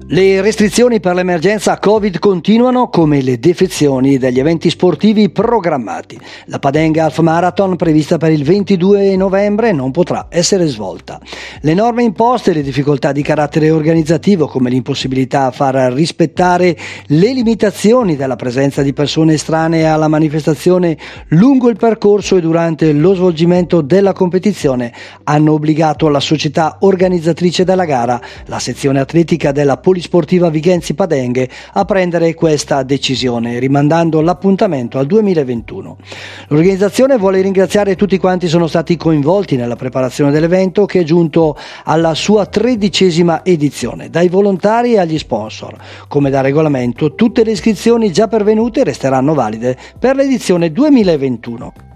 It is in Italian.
Le restrizioni per l'emergenza Covid continuano, come le defezioni dagli eventi sportivi programmati. La Padenga Half Marathon, prevista per il 22 novembre, non potrà essere svolta. Le norme imposte e le difficoltà di carattere organizzativo, come l'impossibilità a far rispettare le limitazioni della presenza di persone estranee alla manifestazione lungo il percorso e durante lo svolgimento della competizione, hanno obbligato la società organizzatrice della gara, la sezione atletica della Polisportiva Vighenzi Padenghe, a prendere questa decisione, rimandando l'appuntamento al 2021. L'organizzazione vuole ringraziare tutti quanti sono stati coinvolti nella preparazione dell'evento, che è giunto alla sua 13ª edizione, dai volontari agli sponsor. Come da regolamento, tutte le iscrizioni già pervenute resteranno valide per l'edizione 2021.